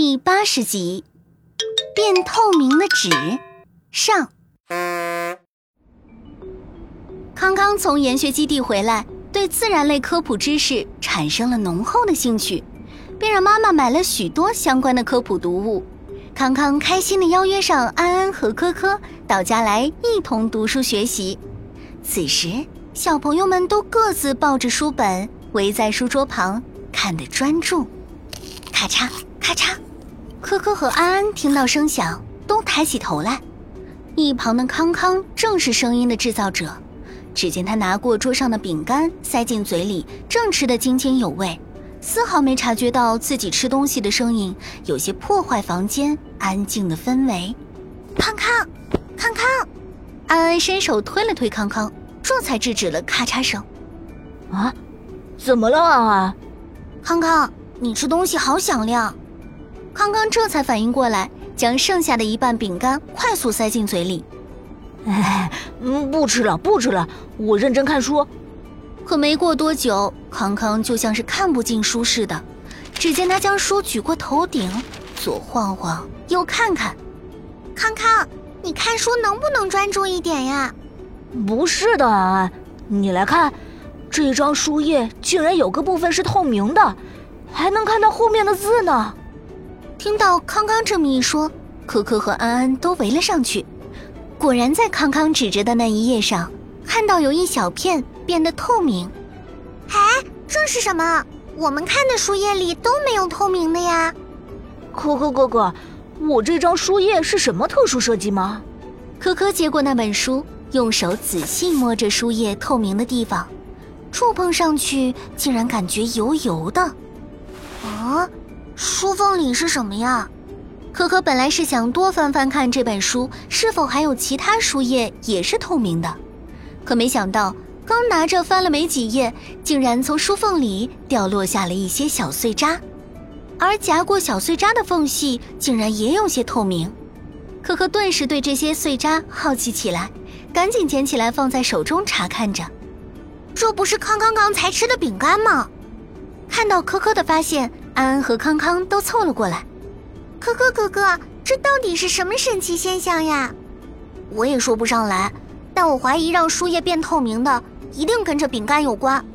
第80集，变透明的纸上。康康从研学基地回来，对自然类科普知识产生了浓厚的兴趣，便让妈妈买了许多相关的科普读物。康康开心地邀约上安安和科科到家来一同读书学习。此时小朋友们都各自抱着书本，围在书桌旁看得专注。咔嚓咔嚓，科科和安安听到声响都抬起头来。一旁的康康正是声音的制造者，只见他拿过桌上的饼干塞进嘴里，正吃得津津有味，丝毫没察觉到自己吃东西的声音有些破坏房间安静的氛围。康康康康，安安伸手推了推康康，这才制止了咔嚓声。 啊，怎么了安安？ 康康，你吃东西好响亮。康康这才反应过来，将剩下的一半饼干快速塞进嘴里。 不吃了不吃了，我认真看书。 可没过多久，康康就像是看不进书似的，只见他将书举过头顶，左晃晃右看看。康康，你看书能不能专注一点呀？ 不是的安安，你来看，这张书页竟然有个部分是透明的，还能看到后面的字呢。 听到康康这么一说，可可和安安都围了上去。果然在康康指着的那一页上，看到有一小片变得透明。哎，这是什么？我们看的书页里都没有透明的呀。 可可哥哥，我这张书页是什么特殊设计吗？ 可可接过那本书，用手仔细摸着书页透明的地方，触碰上去竟然感觉油油的。啊，书缝里是什么呀？可可本来是想多翻翻看这本书是否还有其他书页也是透明的，可没想到刚拿着翻了没几页，竟然从书缝里掉落下了一些小碎渣，而夹过小碎渣的缝隙竟然也有些透明。可可顿时对这些碎渣好奇起来，赶紧捡起来放在手中查看着。这不是康康刚才吃的饼干吗？看到科科的发现，安安和康康都凑了过来。科科哥哥，这到底是什么神奇现象呀？我也说不上来，但我怀疑让书页变透明的一定跟这饼干有关。